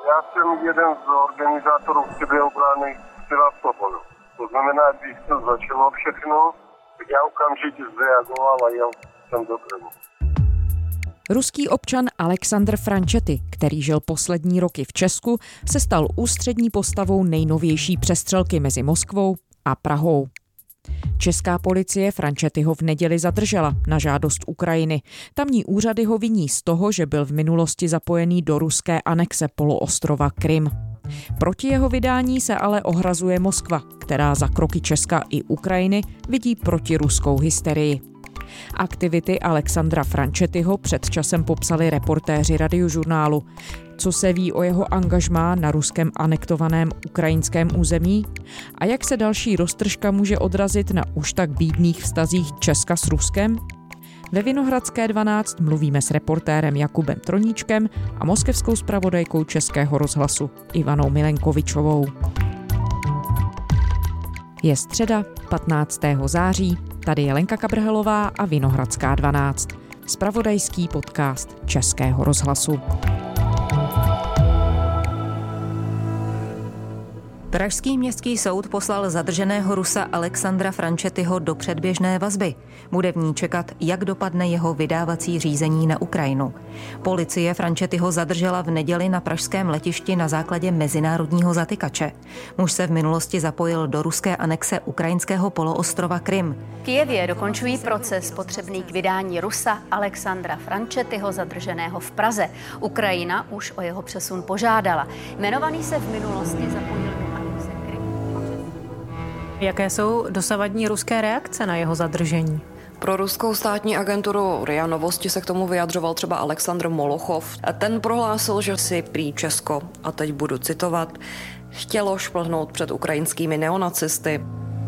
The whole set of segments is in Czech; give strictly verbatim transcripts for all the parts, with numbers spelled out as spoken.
Já jsem jeden z organizátorů sebeobrany Sevastopolu. To znamená, když to začalo všechno, tak já okamžitě zreagoval a jel jsem do Krymu. Ruský občan Alexandr Franchetti, který žil poslední roky v Česku, se stal ústřední postavou nejnovější přestřelky mezi Moskvou a Prahou. Česká policie Franchettiho v neděli zadržela na žádost Ukrajiny. Tamní úřady ho viní z toho, že byl v minulosti zapojený do ruské anexe poloostrova Krym. Proti jeho vydání se ale ohrazuje Moskva, která za kroky Česka i Ukrajiny vidí protiruskou hysterii. Aktivity Alexandra Franchettiho před časem popsali reportéři Radiožurnálu. Co se ví o jeho angažmá na ruském anektovaném ukrajinském území? A jak se další roztržka může odrazit na už tak bídných vztazích Česka s Ruskem? Ve Vinohradské dvanáct mluvíme s reportérem Jakubem Troníčkem a moskevskou zpravodajkou Českého rozhlasu Ivanou Milenkovičovou. Je středa, patnáctého září, tady je Lenka Kabrhelová a Vinohradská dvanáct, zpravodajský podcast Českého rozhlasu. Pražský městský soud poslal zadrženého Rusa Alexandra Franchettiho do předběžné vazby. Bude v ní čekat, jak dopadne jeho vydávací řízení na Ukrajinu. Policie Franchettiho zadržela v neděli na pražském letišti na základě mezinárodního zatykače. Muž se v minulosti zapojil do ruské anexe ukrajinského poloostrova Krym. V Kyjevě dokončují proces potřebný k vydání Rusa Alexandra Franchettiho zadrženého v Praze. Ukrajina už o jeho přesun požádala. Jmenovaný se v minulosti zapojil. Jaké jsou dosavadní ruské reakce na jeho zadržení? Pro ruskou státní agenturu R I A Novosti se k tomu vyjadřoval třeba Aleksandr Molochov. Ten prohlásil, že si prý Česko, a teď budu citovat, chtělo šplhnout před ukrajinskými neonacisty.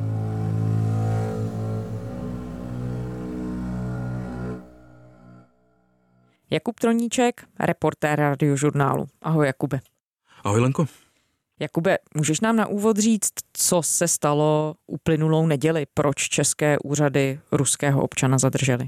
Jakub Troníček, reportér Radiožurnálu. Ahoj Jakube. Ahoj Lenko. Jakube, můžeš nám na úvod říct, co se stalo uplynulou neděli? Proč české úřady ruského občana zadržely?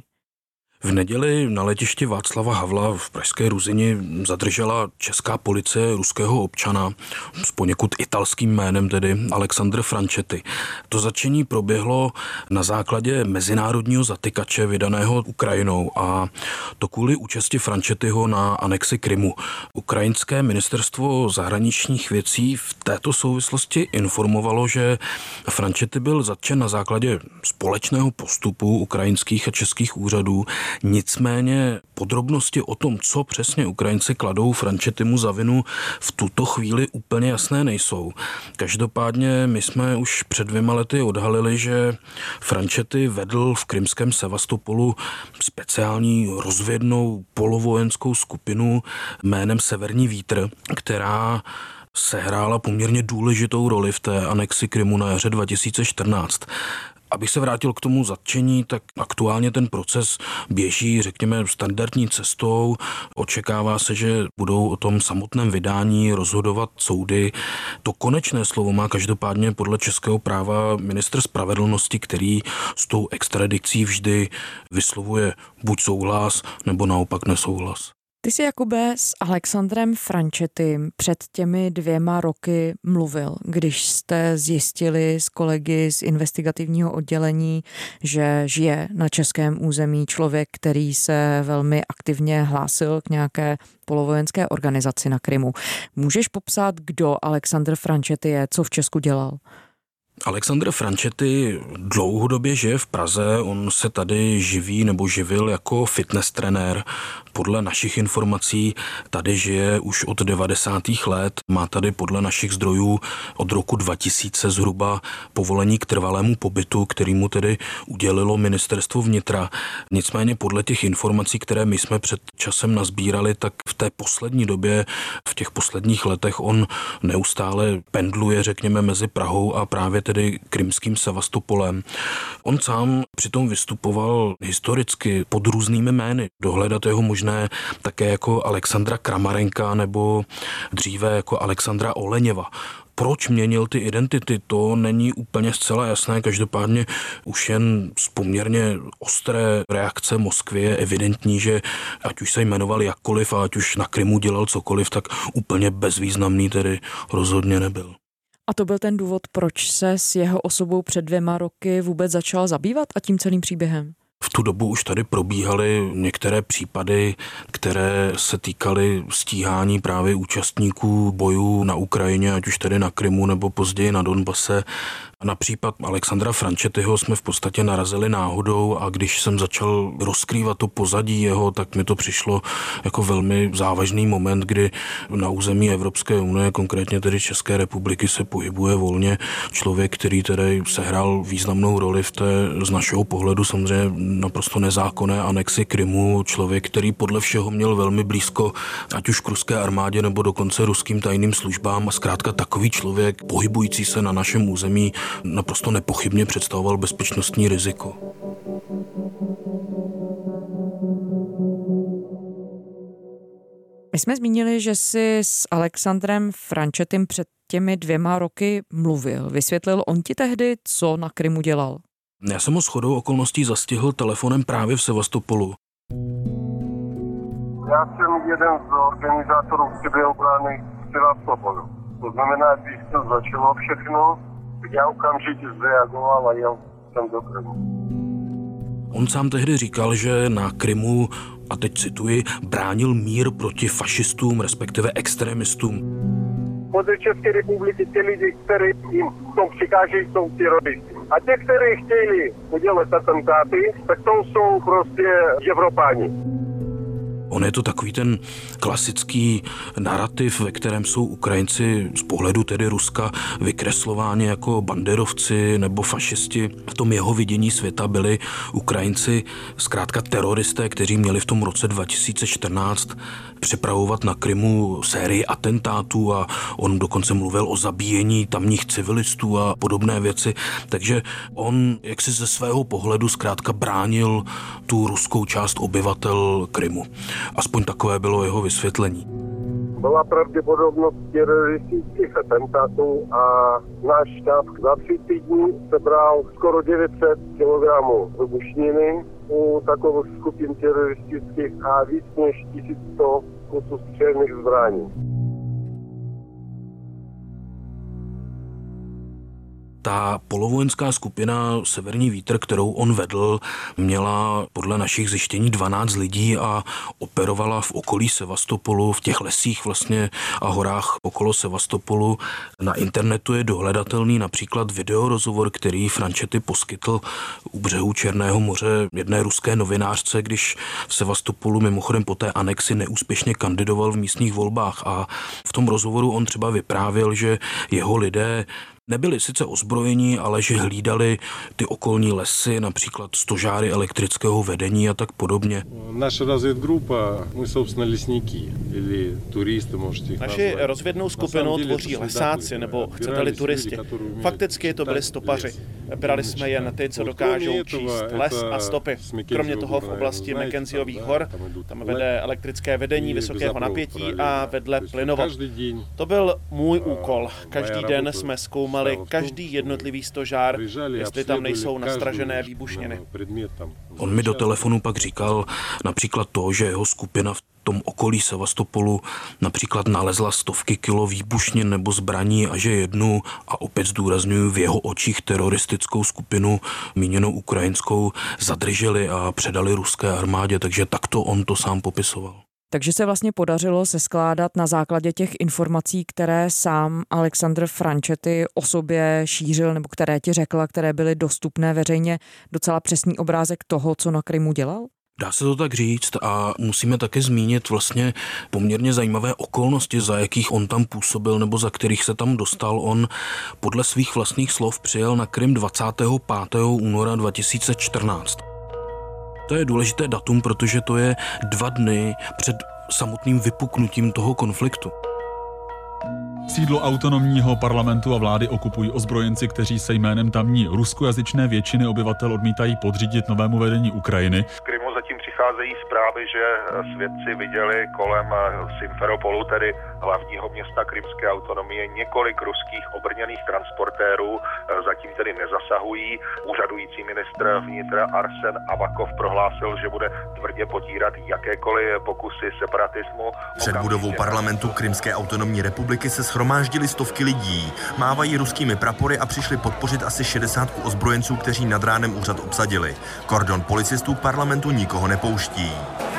V neděli na letišti Václava Havla v pražské Ruzyni zadržela česká policie ruského občana s poněkud italským jménem, tedy Alexandr Franchetti. To zatčení proběhlo na základě mezinárodního zatykače vydaného Ukrajinou a to kvůli účasti Franchettiho na anexi Krymu. Ukrajinské ministerstvo zahraničních věcí v této souvislosti informovalo, že Franchetti byl zatčen na základě společného postupu ukrajinských a českých úřadů. Nicméně podrobnosti o tom, co přesně Ukrajinci kladou Franchettimu za vinu, v tuto chvíli úplně jasné nejsou. Každopádně my jsme už před dvěma lety odhalili, že Franchetti vedl v krymském Sevastopolu speciální rozvědnou polovojenskou skupinu jménem Severní vítr, která sehrála poměrně důležitou roli v té anexi Krymu na jaře dva tisíce čtrnáct. Abych se vrátil k tomu zatčení, tak aktuálně ten proces běží, řekněme, standardní cestou. Očekává se, že budou o tom samotném vydání rozhodovat soudy. To konečné slovo má každopádně podle českého práva ministr spravedlnosti, který s tou extradicí vždy vyslovuje buď souhlas, nebo naopak nesouhlas. Ty jsi, Jakube, s Alexandrem Franchettim před těmi dvěma roky mluvil, když jste zjistili s kolegy z investigativního oddělení, že žije na českém území člověk, který se velmi aktivně hlásil k nějaké polovojenské organizaci na Krymu. Můžeš popsat, kdo Alexandr Franchetti je, co v Česku dělal? Alexandr Franchetti dlouhodobě žije v Praze, on se tady živí nebo živil jako fitness trenér. Podle našich informací tady žije už od devadesátých let, má tady podle našich zdrojů od roku dva tisíce zhruba povolení k trvalému pobytu, který mu tedy udělilo ministerstvo vnitra. Nicméně podle těch informací, které my jsme před časem nazbírali, tak v té poslední době, v těch posledních letech on neustále pendluje, řekněme, mezi Prahou a právě tedy krymským Sevastopolem. On sám přitom vystupoval historicky pod různými jmény. Dohledat jeho možné také jako Alexandra Kramarenka nebo dříve jako Alexandra Oleněva. proč měnil ty identity, to není úplně zcela jasné. Každopádně už jen z poměrně ostré reakce Moskvy je evidentní, že ať už se jmenoval jakkoliv a ať už na Krymu dělal cokoliv, tak úplně bezvýznamný tedy rozhodně nebyl. A to byl ten důvod, proč se s jeho osobou před dvěma roky vůbec začal zabývat a tím celým příběhem? V tu dobu už tady probíhaly některé případy, které se týkaly stíhání právě účastníků bojů na Ukrajině, ať už tedy na Krymu nebo později na Donbase. Na případ Alexandra Frančetyho jsme v podstatě narazili náhodou a když jsem začal rozkrývat to pozadí jeho, tak mi to přišlo jako velmi závažný moment, kdy na území Evropské unie, konkrétně tedy České republiky, se pohybuje volně člověk, který tedy sehrál významnou roli v té z našeho pohledu samozřejmě naprosto nezákonné anexi Krymu, člověk, který podle všeho měl velmi blízko ať už k ruské armádě nebo dokonce ruským tajným službám a zkrátka takový člověk pohybující se na našem území naprosto nepochybně představoval bezpečnostní riziko. My jsme zmínili, že si s Alexandrem Frančetym před těmi dvěma roky mluvil. Vysvětlil on ti tehdy, co na Krymu dělal? Já jsem ho shodou okolností zastihl telefonem právě v Sevastopolu. Já jsem jeden z organizátorů sebeobrany v Sevastopolu. To znamená, když to začalo všechno, já okamžitě zareagoval a jel jsem do Krymu. On sám tehdy říkal, že na Krymu, a teď cituji, bránil mír proti fašistům, respektive extremistům. Podle České republiky ty lidi, kteří jim v tom přikáží, jsou teroristi. A ti, kteří chtěli udělat atentáty, tak to jsou prostě Evropáni. On je to takový ten klasický narrativ, ve kterém jsou Ukrajinci z pohledu tedy Ruska vykreslováni jako banderovci nebo fašisti. V tom jeho vidění světa byli Ukrajinci zkrátka teroristé, kteří měli v tom roce dva tisíce čtrnáct připravovat na Krymu sérii atentátů a on dokonce mluvil o zabíjení tamních civilistů a podobné věci. Takže on jaksi ze svého pohledu zkrátka bránil tu ruskou část obyvatel Krymu. Aspoň takové bylo jeho vysvětlení. Byla pravděpodobnost teroristických atentátů a náš štáb za tři dní sebral skoro devět set kilogramů vybušniny u takových skupin teroristických a víc než tisíc sto kusů střelných zbraní. Ta polovojenská skupina Severní vítr, kterou on vedl, měla podle našich zjištění dvanáct lidí a operovala v okolí Sevastopolu, v těch lesích vlastně a horách okolo Sevastopolu. Na internetu je dohledatelný například videorozhovor, který Frančety poskytl u břehu Černého moře jedné ruské novinářce, když v Sevastopolu mimochodem po té anexi neúspěšně kandidoval v místních volbách. A v tom rozhovoru on třeba vyprávěl, že jeho lidé nebyli sice ozbrojení, ale že hlídali ty okolní lesy, například stožáry elektrického vedení a tak podobně. Naše rozvědgrupa, my собственно lesníky, ili turisty, můžete. Naši rozvědnou skupinu tvoří lesáci, nebo chcete-li turisti. Fakticky to byli stopaři. Brali jsme jen ty, co dokážou číst les a stopy. Kromě toho v oblasti Mackenzieových hor, tam vede elektrické vedení vysokého napětí a vedle plynovod. To byl můj úkol. Každý den jsme zkoumali každý jednotlivý stožár, jestli tam nejsou nastražené výbušniny. On mi do telefonu pak říkal například to, že jeho skupina v tom okolí Sevastopolu například nalezla stovky kilo výbušnin nebo zbraní a že jednu, a opět zdůrazňuji, v jeho očích teroristickou skupinu, míněnou ukrajinskou, zadrželi a předali ruské armádě, takže takto on to sám popisoval. Takže se vlastně podařilo seskládat na základě těch informací, které sám Alexandr Frančety o sobě šířil, nebo které ti řekla, které byly dostupné veřejně, docela přesný obrázek toho, co na Krymu dělal? Dá se to tak říct a musíme také zmínit vlastně poměrně zajímavé okolnosti, za jakých on tam působil nebo za kterých se tam dostal. On podle svých vlastních slov přijel na Krym dvacátého pátého února dva tisíce čtrnáct. To je důležité datum, protože to je dva dny před samotným vypuknutím toho konfliktu. Sídlo autonomního parlamentu a vlády okupují ozbrojenci, kteří se jménem tamní ruskojazyčné většiny obyvatel odmítají podřídit novému vedení Ukrajiny. V Krymu zatím přicházejí zprávy, že svědci viděli kolem Simferopolu, tedy hlavního města krymské autonomie, několik ruských obrněných transportérů, zatím tedy nezasahují. Úřadující ministr vnitra Arsen Avakov prohlásil, že bude tvrdě potírat jakékoliv pokusy separatismu. Před budovou parlamentu Krymské autonomní republiky se shromáždili stovky lidí. Mávají ruskými prapory a přišli podpořit asi šedesátku ozbrojenců, kteří nad ránem úřad obsadili. Kordon policistů k parlamentu nikoho nepouští.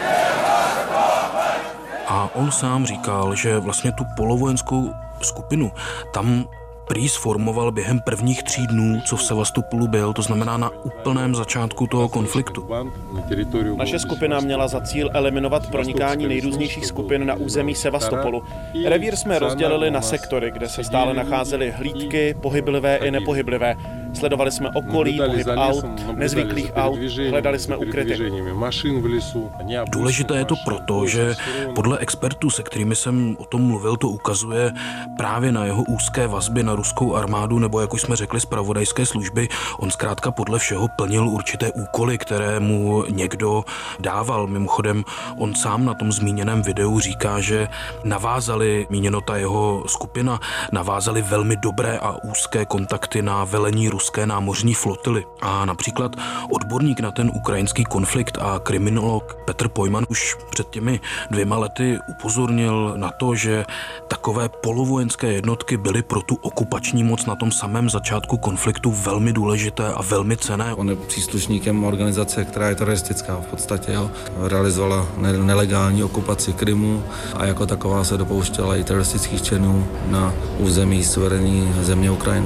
A on sám říkal, že vlastně tu polovojenskou skupinu tam prý sformoval během prvních tří dnů, co v Sevastopolu byl, to znamená na úplném začátku toho konfliktu. Naše skupina měla za cíl eliminovat pronikání nejrůznějších skupin na území Sevastopolu. Revír jsme rozdělili na sektory, kde se stále nacházely hlídky, pohyblivé i nepohyblivé. Sledovali jsme okolí, pohyb aut, nezvyklých aut, hledali jsme ukryty. Důležité je to proto, že podle expertů, se kterými jsem o tom mluvil, to ukazuje právě na jeho úzké vazby na ruskou armádu, nebo jak už jsme řekli, zpravodajské služby. On zkrátka podle všeho plnil určité úkoly, které mu někdo dával. Mimochodem, on sám na tom zmíněném videu říká, že navázali, míněno ta jeho skupina, navázali velmi dobré a úzké kontakty na velení ruské námořní flotily. A například odborník na ten ukrajinský konflikt a kriminolog Petr Pojman už před těmi dvěma lety upozornil na to, že takové polovojenské jednotky byly pro tu okupační moc na tom samém začátku konfliktu velmi důležité a velmi cenné. On je příslušníkem organizace, která je teroristická v podstatě. Jo. Realizovala nelegální okupaci Krymu a jako taková se dopouštěla i teroristických činů na území suverénní země Ukrajiny.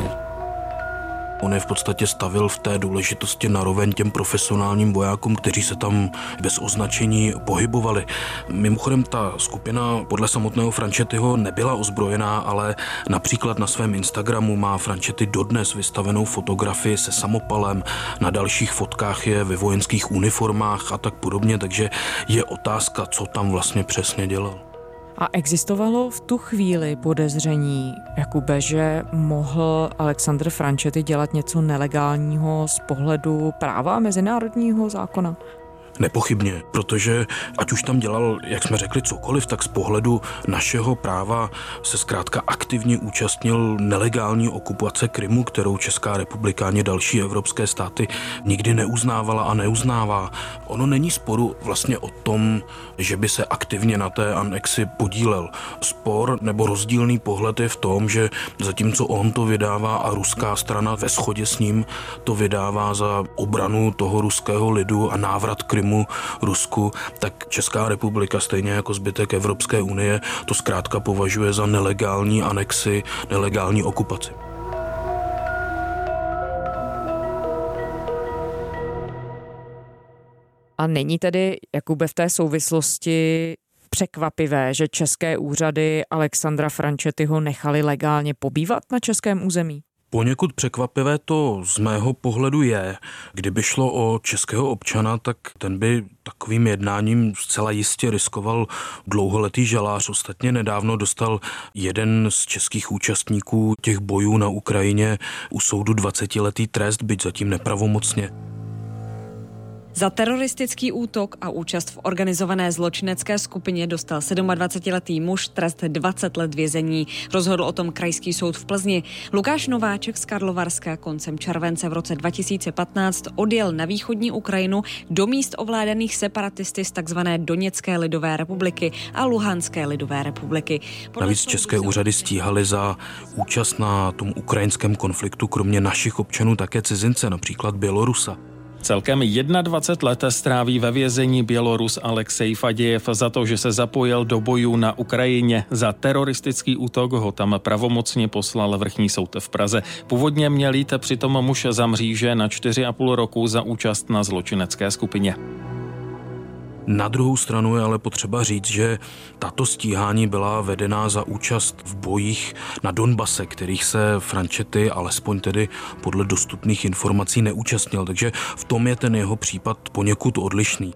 On je v podstatě stavil v té důležitosti naroveň těm profesionálním vojákům, kteří se tam bez označení pohybovali. Mimochodem ta skupina podle samotného Franchettiho nebyla ozbrojená, ale například na svém Instagramu má Franchetti dodnes vystavenou fotografii se samopalem, na dalších fotkách je ve vojenských uniformách a tak podobně, takže je otázka, co tam vlastně přesně dělal. A existovalo v tu chvíli podezření, Jakube, že mohl Alexandr Franchetti dělat něco nelegálního z pohledu práva a mezinárodního zákona? Nepochybně, protože ať už tam dělal, jak jsme řekli, cokoliv, tak z pohledu našeho práva se zkrátka aktivně účastnil nelegální okupace Krymu, kterou Česká republika ani další evropské státy nikdy neuznávala a neuznává. Ono není sporu vlastně o tom, že by se aktivně na té anexi podílel. Spor nebo rozdílný pohled je v tom, že zatímco on to vydává a ruská strana ve shodě s ním to vydává za obranu toho ruského lidu a návrat Krymu Rusku, tak Česká republika, stejně jako zbytek Evropské unie, to zkrátka považuje za nelegální anexi, nelegální okupaci. A není tedy, Jakube, v té souvislosti překvapivé, že české úřady Alexandra Franchettiho nechali legálně pobývat na českém území? Poněkud překvapivé to z mého pohledu je. Kdyby šlo o českého občana, tak ten by takovým jednáním zcela jistě riskoval dlouholetý žalář. Ostatně nedávno dostal jeden z českých účastníků těch bojů na Ukrajině u soudu dvacetiletý trest, byť zatím nepravomocně. Za teroristický útok a účast v organizované zločinecké skupině dostal dvacetisedmiletý muž trest dvacet let vězení. Rozhodl o tom Krajský soud v Plzni. Lukáš Nováček z Karlovarska koncem července v roce dva tisíce patnáct odjel na východní Ukrajinu do míst ovládaných separatisty z takzvané Doněcké lidové republiky a Luhanské lidové republiky. Podle Navíc české úřady stíhaly za účast na tom ukrajinském konfliktu kromě našich občanů také cizince, například Bělorusa. Celkem dvacet jedna let stráví ve vězení Bělorus Alexej Fadějev za to, že se zapojil do bojů na Ukrajině. Za teroristický útok ho tam pravomocně poslal vrchní soud v Praze. Původně měl jít přitom muž za mříže na čtyři a půl roku za účast na zločinecké skupině. Na druhou stranu je ale potřeba říct, že tato stíhání byla vedená za účast v bojích na Donbase, kterých se Franchetti alespoň tedy podle dostupných informací neúčastnil, takže v tom je ten jeho případ poněkud odlišný.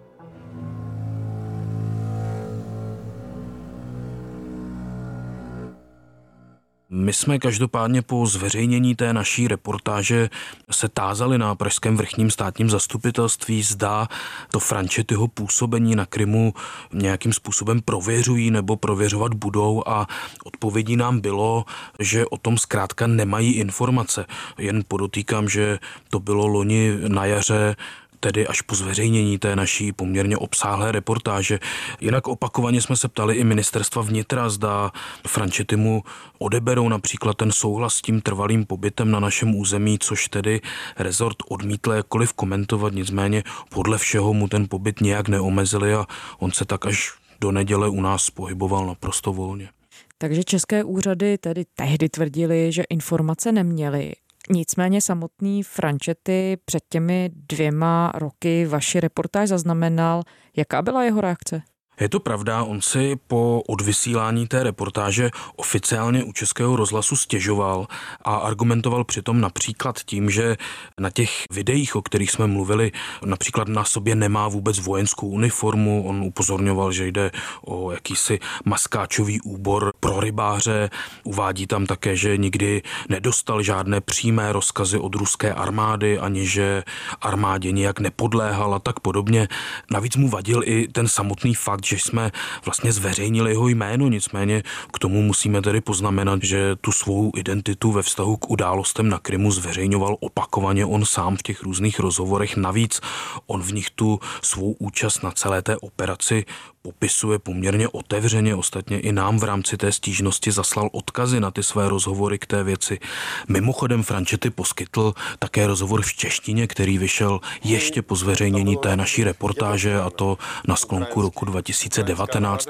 My jsme každopádně po zveřejnění té naší reportáže se tázali na pražském vrchním státním zastupitelství, zda to Franchettiho působení na Krymu nějakým způsobem prověřují nebo prověřovat budou a odpovědí nám bylo, že o tom zkrátka nemají informace. Jen podotýkám, že to bylo loni na jaře, tedy až po zveřejnění té naší poměrně obsáhlé reportáže. Jinak opakovaně jsme se ptali i ministerstva vnitra, zda Franchettimu odeberou například ten souhlas s tím trvalým pobytem na našem území, což tedy rezort odmítl jakkoliv komentovat, nicméně podle všeho mu ten pobyt nějak neomezili a on se tak až do neděle u nás pohyboval naprosto volně. Takže české úřady tedy tehdy tvrdili, že informace neměly. Nicméně samotný Franchetti před těmi dvěma roky vaši reportáž zaznamenal. Jaká byla jeho reakce? Je to pravda, on si po odvysílání té reportáže oficiálně u Českého rozhlasu stěžoval a argumentoval přitom například tím, že na těch videích, o kterých jsme mluvili, například na sobě nemá vůbec vojenskou uniformu. On upozorňoval, že jde o jakýsi maskáčový úbor pro rybáře. Uvádí tam také, že nikdy nedostal žádné přímé rozkazy od ruské armády, ani že armádě nijak nepodléhal a tak podobně. Navíc mu vadil i ten samotný fakt, že jsme vlastně zveřejnili jeho jméno, nicméně k tomu musíme tedy poznamenat, že tu svou identitu ve vztahu k událostem na Krymu zveřejňoval opakovaně on sám v těch různých rozhovorech. Navíc on v nich tu svou účast na celé té operaci popisuje poměrně otevřeně, ostatně i nám v rámci té stížnosti zaslal odkazy na ty své rozhovory k té věci. Mimochodem Franchetti poskytl také rozhovor v češtině, který vyšel ještě po zveřejnění té naší reportáže, a to na sklonku roku dva tisíce devatenáct.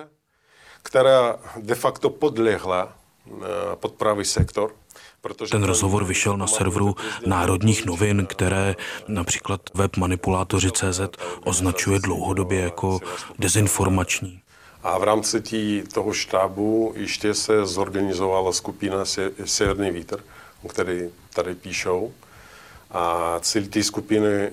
Která de facto podlehla pod pravý sektor. Ten rozhovor vyšel na serveru Národních novin, které například web manipulátoři tečka cé zet označuje dlouhodobě jako dezinformační. A v rámci tí, toho štábu ještě se zorganizovala skupina Severný vítr, o které tady píšou. A cíl té skupiny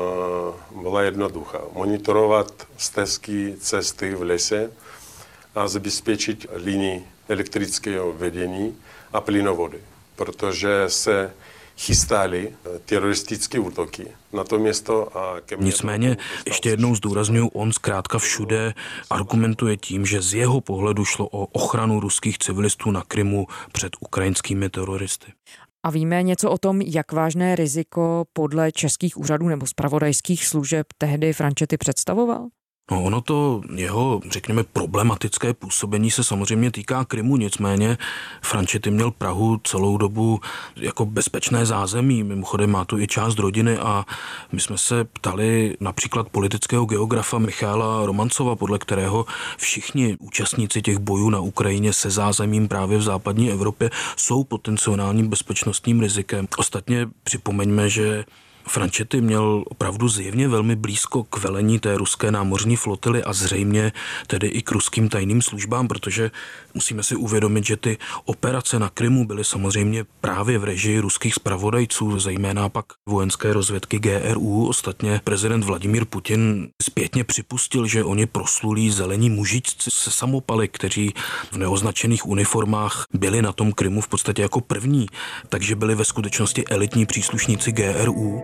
uh, byla jednoduchá. Monitorovat stezky, cesty v lese a zabezpečit linii elektrického vedení a plynovody, protože se chystali teroristické útoky na to město. A Nicméně, ještě jednou zdůrazňuji, on zkrátka všude argumentuje tím, že z jeho pohledu šlo o ochranu ruských civilistů na Krymu před ukrajinskými teroristy. A víme něco o tom, jak vážné riziko podle českých úřadů nebo zpravodajských služeb tehdy Franchetti představoval? No, ono to jeho, řekněme, problematické působení se samozřejmě týká Krymu, nicméně Franchetti měl Prahu celou dobu jako bezpečné zázemí, mimochodem má tu i část rodiny a my jsme se ptali například politického geografa Michaela Romancova, podle kterého všichni účastníci těch bojů na Ukrajině se zázemím právě v západní Evropě jsou potenciálním bezpečnostním rizikem. Ostatně připomeňme, že Franchetti měl opravdu zjevně velmi blízko k velení té ruské námořní flotily a zřejmě tedy i k ruským tajným službám, protože musíme si uvědomit, že ty operace na Krymu byly samozřejmě právě v režii ruských zpravodajců, zejména pak vojenské rozvědky G R U. Ostatně prezident Vladimír Putin zpětně připustil, že oni proslulí zelení mužičci se samopaly, kteří v neoznačených uniformách byli na tom Krymu v podstatě jako první, takže byli ve skutečnosti elitní příslušníci G R U.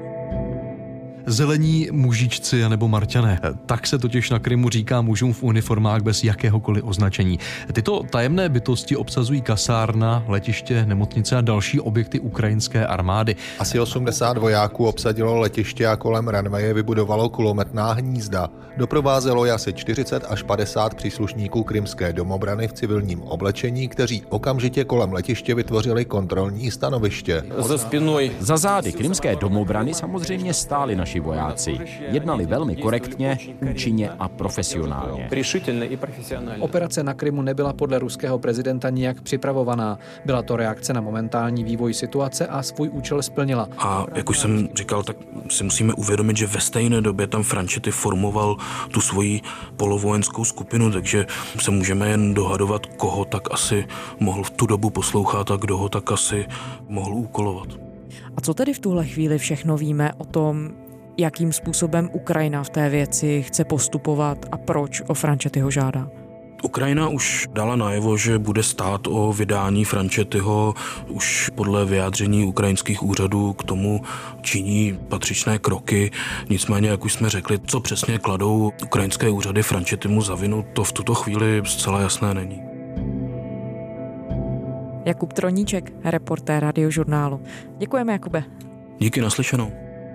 Zelení mužičci nebo Marťané. Tak se totiž na Krymu říká mužům v uniformách bez jakéhokoliv označení. Tyto tajemné bytosti obsazují kasárna, letiště, nemocnice a další objekty ukrajinské armády. Asi osmdesát vojáků obsadilo letiště a kolem ranveje vybudovalo kulometná hnízda. Doprovázelo je asi čtyřicet až padesát příslušníků krymské domobrany v civilním oblečení, kteří okamžitě kolem letiště vytvořili kontrolní stanoviště. Za spinoj. Za zády krymské domobrany samozřejmě stáli naši vojáci. Jednali velmi korektně, účinně a profesionálně. Operace na Krymu nebyla podle ruského prezidenta nijak připravovaná. Byla to reakce na momentální vývoj situace a svůj účel splnila. A jak už jsem říkal, tak si musíme uvědomit, že ve stejné době tam Franchetti formoval tu svoji polovojenskou skupinu, takže se můžeme jen dohadovat, koho tak asi mohl v tu dobu poslouchat a kdo ho tak asi mohl úkolovat. A co tedy v tuhle chvíli všechno víme o tom, jakým způsobem Ukrajina v té věci chce postupovat a proč o Franchettiho žádá? Ukrajina už dala najevo, že bude stát o vydání Franchettiho. Už podle vyjádření ukrajinských úřadů k tomu činí patřičné kroky. Nicméně, jak už jsme řekli, co přesně kladou ukrajinské úřady Franchettimu za vinu, to v tuto chvíli zcela jasné není. Jakub Troníček, reportér Radiožurnálu. Děkujeme, Jakube. Díky, naslyšenou.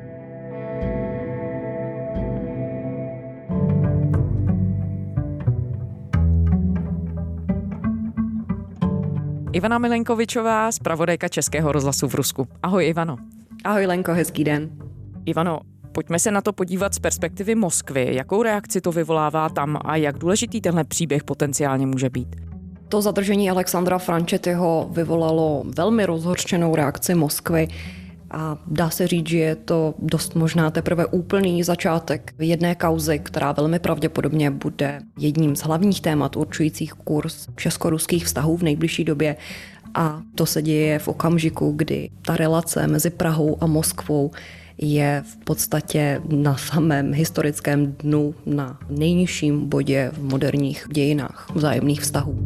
Ivana Milenkovičová, zpravodajka Českého rozhlasu v Rusku. Ahoj, Ivano. Ahoj, Lenko, hezký den. Ivano, pojďme se na to podívat z perspektivy Moskvy. Jakou reakci to vyvolává tam a jak důležitý tenhle příběh potenciálně může být? To zadržení Alexandra Franchettiho vyvolalo velmi rozhořčenou reakci Moskvy a dá se říct, že je to dost možná teprve úplný začátek jedné kauzy, která velmi pravděpodobně bude jedním z hlavních témat určujících kurz česko-ruských vztahů v nejbližší době. A to se děje v okamžiku, kdy ta relace mezi Prahou a Moskvou je v podstatě na samém historickém dnu, na nejnižším bodě v moderních dějinách vzájemných vztahů.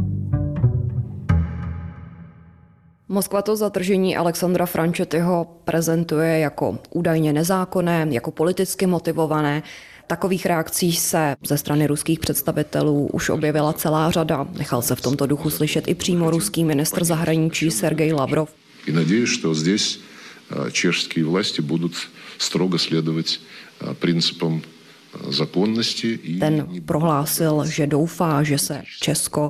Moskva to zadržení Alexandra Franchettiho prezentuje jako údajně nezákonné, jako politicky motivované. Takových reakcí se ze strany ruských představitelů už objevila celá řada. Nechal se v tomto duchu slyšet i přímo ruský ministr zahraničí Sergej Lavrov. I naději, že здесь češské vlasti budou strogo sledovat principům zákonnosti. Ten prohlásil, že doufá, že se Česko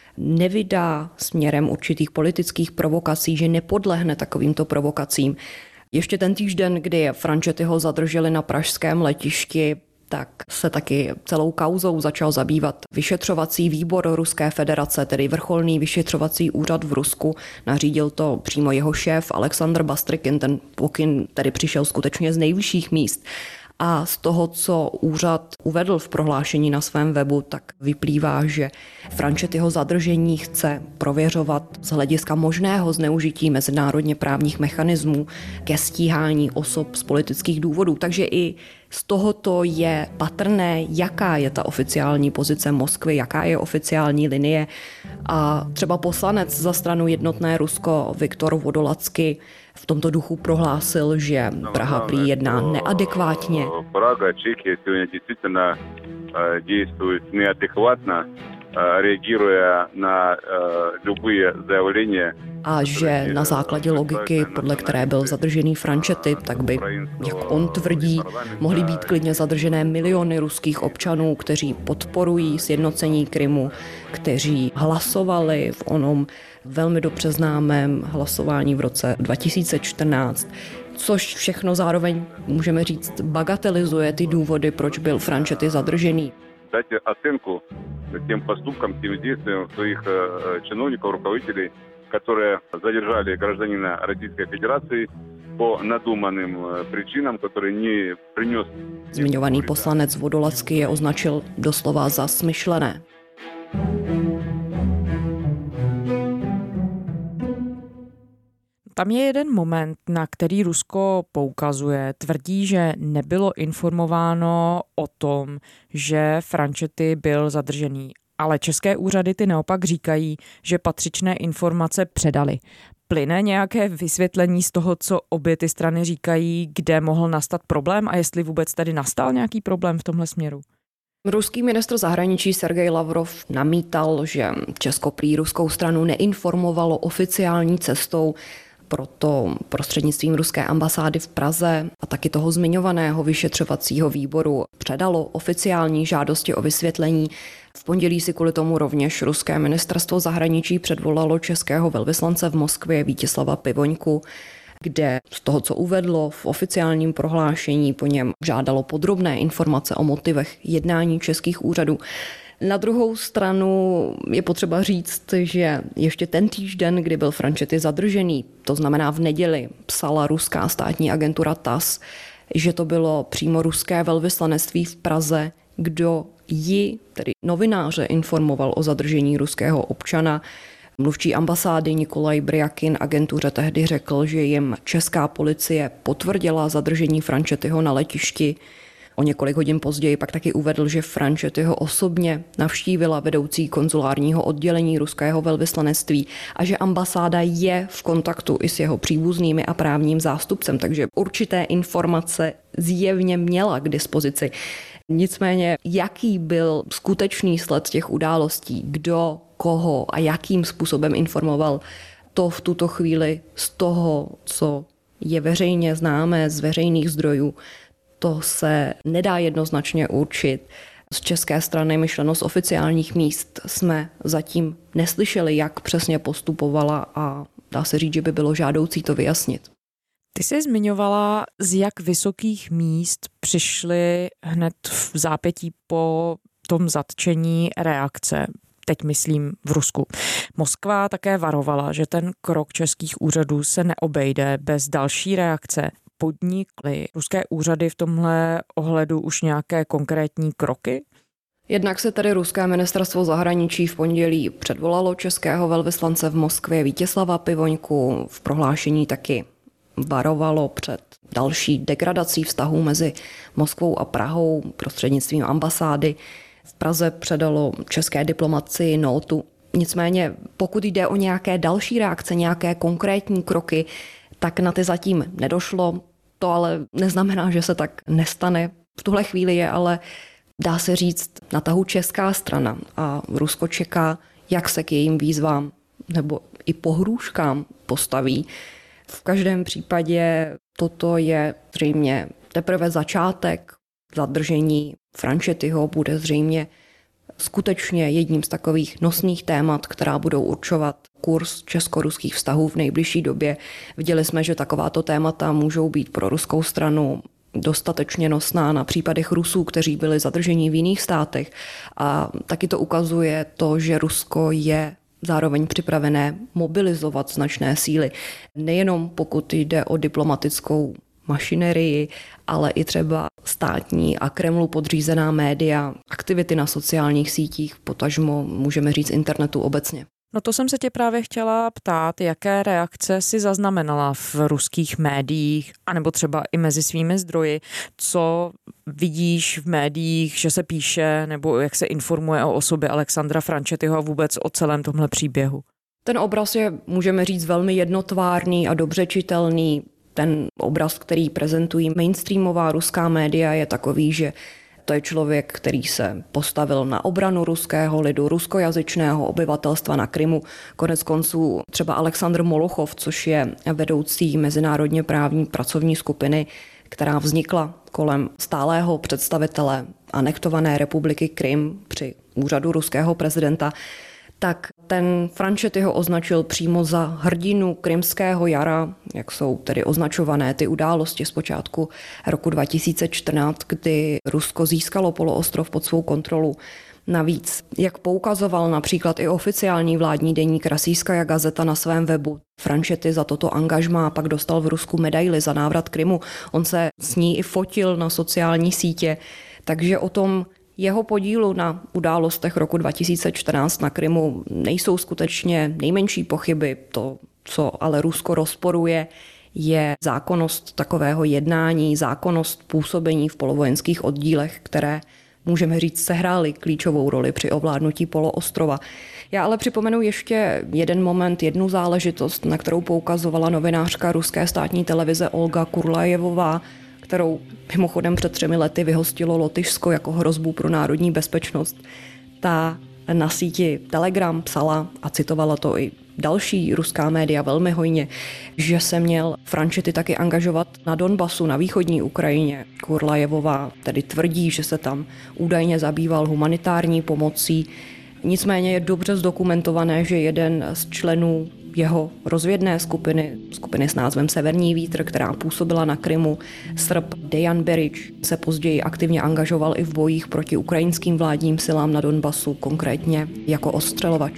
nevydá směrem určitých politických provokací, že nepodlehne takovýmto provokacím. Ještě ten týžden, kdy Franchettiho zadrželi na pražském letišti, tak se taky celou kauzou začal zabývat vyšetřovací výbor Ruské federace, tedy vrcholný vyšetřovací úřad v Rusku. Nařídil to přímo jeho šéf Alexandr Bastrykin, ten pokyn tedy přišel skutečně z nejvyšších míst. A z toho, co úřad uvedl v prohlášení na svém webu, tak vyplývá, že Franchettiho zadržení chce prověřovat z hlediska možného zneužití mezinárodně právních mechanismů ke stíhání osob z politických důvodů. Takže i z tohoto je patrné, jaká je ta oficiální pozice Moskvy, jaká je oficiální linie. A třeba poslanec za stranu Jednotné Rusko Viktor Vodolacky v tomto duchu prohlásil, že Praha prý jedná neadekvátně. Praha, Čechy сегодня действительно действует неадекватно, реагируя на любые заявления. A že na základě logiky, podle které byl zadržený Franchetti, tak by, jak on tvrdí, mohly být klidně zadržené miliony ruských občanů, kteří podporují sjednocení Krymu, kteří hlasovali v onom velmi dobře známém hlasování v roce dva tisíce čtrnáct, což všechno zároveň, můžeme říct, bagatelizuje ty důvody, proč byl Franchetti zadržený. Дайте оценку тем поступкам, тем действиям своих чиновников, руководителей, которые задержали гражданина Российской Федерации по надуманным причинам, которые не принес. Zmiňovaný poslanec Vodolacky je označil doslova za smyšlené. Tam je jeden moment, na který Rusko poukazuje. Tvrdí, že nebylo informováno o tom, že Franchetti byl zadržený. Ale české úřady ty naopak říkají, že patřičné informace předali. Plyne nějaké vysvětlení z toho, co obě ty strany říkají, kde mohl nastat problém a jestli vůbec tady nastal nějaký problém v tomhle směru? Ruský ministr zahraničí Sergej Lavrov namítal, že Česko prý ruskou stranu neinformovalo oficiální cestou, proto prostřednictvím ruské ambasády v Praze a taky toho zmiňovaného vyšetřovacího výboru předalo oficiální žádosti o vysvětlení. V pondělí si kvůli tomu rovněž ruské ministerstvo zahraničí předvolalo českého velvyslance v Moskvě Vítězslava Pivoňku, kde z toho, co uvedlo v oficiálním prohlášení, po něm žádalo podrobné informace o motivech jednání českých úřadů. Na druhou stranu je potřeba říct, že ještě ten týžden, kdy byl Franchetti zadržený, to znamená v neděli, psala ruská státní agentura T A S S, že to bylo přímo ruské velvyslanectví v Praze, kdo ji, tedy novináře, informoval o zadržení ruského občana. Mluvčí ambasády Nikolaj Brjakin agentuře tehdy řekl, že jim česká policie potvrdila zadržení Franchettiho na letišti. O několik hodin později pak taky uvedl, že Franchettiho osobně navštívila vedoucí konzulárního oddělení ruského velvyslanectví a že ambasáda je v kontaktu i s jeho příbuznými a právním zástupcem, takže určité informace zjevně měla k dispozici. Nicméně, jaký byl skutečný sled těch událostí, kdo, koho a jakým způsobem informoval, to v tuto chvíli z toho, co je veřejně známé z veřejných zdrojů, to se nedá jednoznačně určit. Z české strany, myšleno z oficiálních míst, jsme zatím neslyšeli, jak přesně postupovala a dá se říct, že by bylo žádoucí to vyjasnit. Ty jsi zmiňovala, z jak vysokých míst přišly hned v zápětí po tom zatčení reakce. Teď myslím v Rusku. Moskva také varovala, že ten krok českých úřadů se neobejde bez další reakce. Podnikly ruské úřady v tomhle ohledu už nějaké konkrétní kroky? Jednak se tedy ruské ministerstvo zahraničí v pondělí předvolalo českého velvyslance v Moskvě Vítězslava Pivoňku. V prohlášení taky varovalo před další degradací vztahů mezi Moskvou a Prahou prostřednictvím ambasády. V Praze předalo české diplomacii nótu. Nicméně, pokud jde o nějaké další reakce, nějaké konkrétní kroky, tak na ty zatím nedošlo. To ale neznamená, že se tak nestane. V tuhle chvíli je ale, dá se říct, na tahu česká strana a Rusko čeká, jak se k jejím výzvám nebo i pohrůžkám postaví. V každém případě toto je zřejmě teprve začátek. Zadržení Franchettiho bude zřejmě skutečně jedním z takových nosných témat, která budou určovat kurz česko-ruských vztahů v nejbližší době. Viděli jsme, že takováto témata můžou být pro ruskou stranu dostatečně nosná na případech Rusů, kteří byli zadrženi v jiných státech. A taky to ukazuje to, že Rusko je zároveň připravené mobilizovat značné síly. Nejenom pokud jde o diplomatickou mašinerii, ale i třeba státní a Kremlu podřízená média, aktivity na sociálních sítích, potažmo můžeme říct internetu obecně. No to jsem se tě právě chtěla ptát, jaké reakce si zaznamenala v ruských médiích, anebo třeba i mezi svými zdroji, co vidíš v médiích, že se píše, nebo jak se informuje o osobě Alexandra Franchettiho a vůbec o celém tomhle příběhu. Ten obraz je, můžeme říct, velmi jednotvárný a dobře čitelný. Ten obraz, který prezentují mainstreamová ruská média, je takový, že to je člověk, který se postavil na obranu ruského lidu, ruskojazyčného obyvatelstva na Krymu. Konec konců třeba Aleksandr Molochov, což je vedoucí mezinárodně právní pracovní skupiny, která vznikla kolem stálého představitele anektované republiky Krym při úřadu ruského prezidenta, tak ten Franchettiho označil přímo za hrdinu krymského jara, jak jsou tedy označované ty události z počátku roku dva tisíce čtrnáct, kdy Rusko získalo poloostrov pod svou kontrolu. Navíc, jak poukazoval například i oficiální vládní deník Rossijskaja gazeta na svém webu, Franchetti za toto angažmá pak dostal v Rusku medaili za návrat Krymu. On se s ní i fotil na sociální sítě, takže o tom jeho podílu na událostech roku dva tisíce čtrnáct na Krymu nejsou skutečně nejmenší pochyby. To, co ale Rusko rozporuje, je zákonnost takového jednání, zákonnost působení v polovojenských oddílech, které, můžeme říct, sehrály klíčovou roli při ovládnutí poloostrova. Já ale připomenu ještě jeden moment, jednu záležitost, na kterou poukazovala novinářka ruské státní televize Olga Kurlajevová, kterou mimochodem před třemi lety vyhostilo Lotyšsko jako hrozbu pro národní bezpečnost. Ta na síti Telegram psala, a citovala to i další ruská média velmi hojně, že se měl Franchetti taky angažovat na Donbasu, na východní Ukrajině. Kurlajevová tedy tvrdí, že se tam údajně zabýval humanitární pomocí. Nicméně je dobře zdokumentované, že jeden z členů jeho rozvědné skupiny, skupiny s názvem Severní vítr, která působila na Krymu, Srb Dejan Berič, se později aktivně angažoval i v bojích proti ukrajinským vládním silám na Donbasu, konkrétně jako ostřelovač.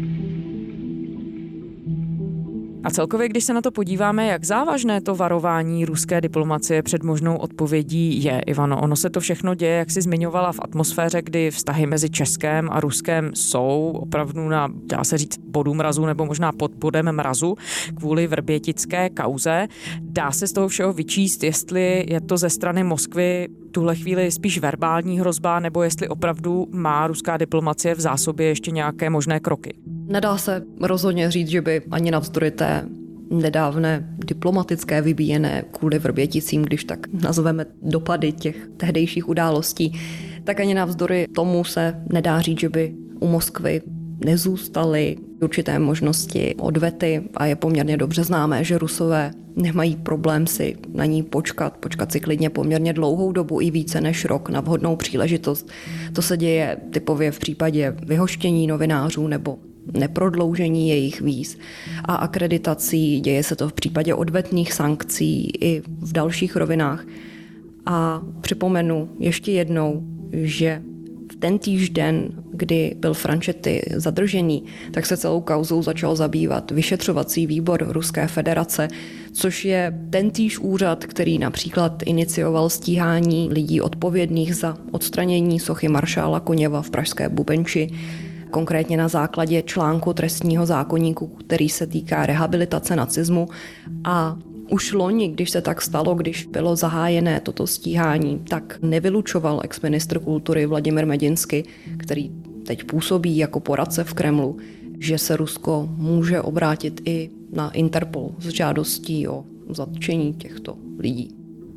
A celkově, když se na to podíváme, jak závažné to varování ruské diplomacie před možnou odpovědí je, Ivano, ono se to všechno děje, jak jsi zmiňovala, v atmosféře, kdy vztahy mezi Českem a Ruskem jsou opravdu na, dá se říct, bodu mrazu nebo možná pod bodem mrazu kvůli vrbětické kauze. Dá se z toho všeho vyčíst, jestli je to ze strany Moskvy tuhle chvíli spíš verbální hrozba, nebo jestli opravdu má ruská diplomacie v zásobě ještě nějaké možné kroky? Nedá se rozhodně říct, že by ani navzdory té nedávné diplomatické vybíjené kvůli Vrběticím, když tak nazveme dopady těch tehdejších událostí, tak ani navzdory tomu se nedá říct, že by u Moskvy nezůstaly určité možnosti odvety a je poměrně dobře známé, že Rusové nemají problém si na ní počkat, počkat si klidně poměrně dlouhou dobu i více než rok na vhodnou příležitost. To se děje typově v případě vyhoštění novinářů nebo neprodloužení jejich víz a akreditací, děje se to v případě odvetných sankcí i v dalších rovinách. A připomenu ještě jednou, že v ten týž den, kdy byl Franchetti zadržený, tak se celou kauzou začal zabývat vyšetřovací výbor Ruské federace, což je ten týž úřad, který například inicioval stíhání lidí odpovědných za odstranění sochy maršála Koněva v pražské Bubenči, konkrétně na základě článku trestního zákoníku, který se týká rehabilitace nacismu. A už loni, když se tak stalo, když bylo zahájené toto stíhání, tak nevylučoval exministr kultury Vladimir Medinsky, který teď působí jako poradce v Kremlu, že se Rusko může obrátit i na Interpol s žádostí o zatčení těchto lidí.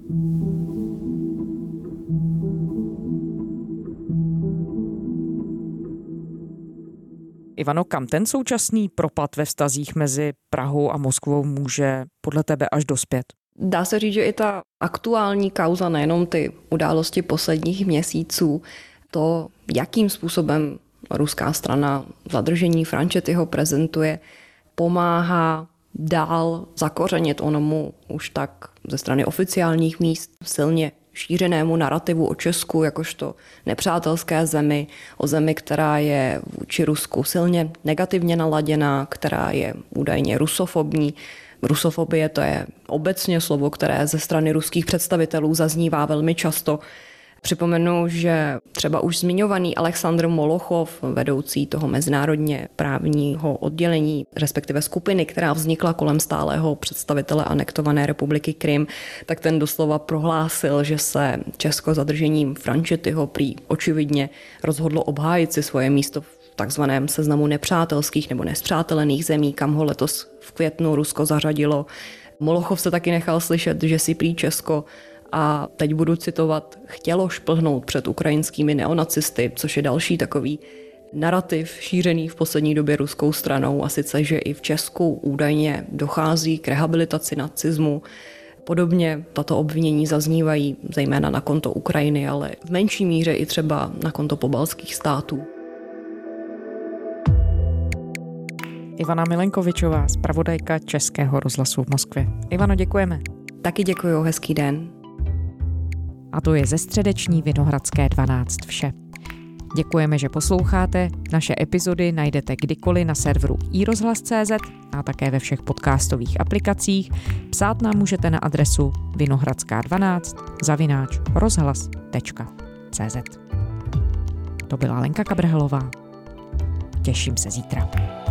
Ivano, kam ten současný propad ve vztazích mezi Prahou a Moskvou může podle tebe až dospět? Dá se říct, že i ta aktuální kauza, nejenom ty události posledních měsíců, to, jakým způsobem ruská strana zadržení Franchettiho prezentuje, pomáhá dál zakořenit onomu už tak ze strany oficiálních míst silně šířenému narrativu o Česku jakožto nepřátelské zemi, o zemi, která je vůči Rusku silně negativně naladěná, která je údajně rusofobní. Rusofobie to je obecně slovo, které ze strany ruských představitelů zaznívá velmi často. Připomenu, že třeba už zmiňovaný Alexandr Molochov, vedoucí toho mezinárodně právního oddělení, respektive skupiny, která vznikla kolem stálého představitele anektované republiky Krym, tak ten doslova prohlásil, že se Česko zadržením Franchettiho prý očividně rozhodlo obhájit si svoje místo v takzvaném seznamu nepřátelských nebo nespřátelených zemí, kam ho letos v květnu Rusko zařadilo. Molochov se taky nechal slyšet, že si prý Česko, a teď budu citovat, chtělo šplhnout před ukrajinskými neonacisty, což je další takový narrativ šířený v poslední době ruskou stranou, a sice, že i v Česku údajně dochází k rehabilitaci nacismu. Podobně tato obvinění zaznívají zejména na konto Ukrajiny, ale v menší míře i třeba na konto pobaltských států. Ivana Milenkovičová, zpravodajka Českého rozhlasu v Moskvě. Ivano, děkujeme. Taky děkuju, hezký den. A to je ze středeční Vinohradské dvanáct vše. Děkujeme, že posloucháte. Naše epizody najdete kdykoliv na serveru i rozhlas tečka cé zet a také ve všech podcastových aplikacích. Psát nám můžete na adresu vinohradská dvanáct zavináč rozhlas tečka cé zet. To byla Lenka Kabrhelová. Těším se zítra.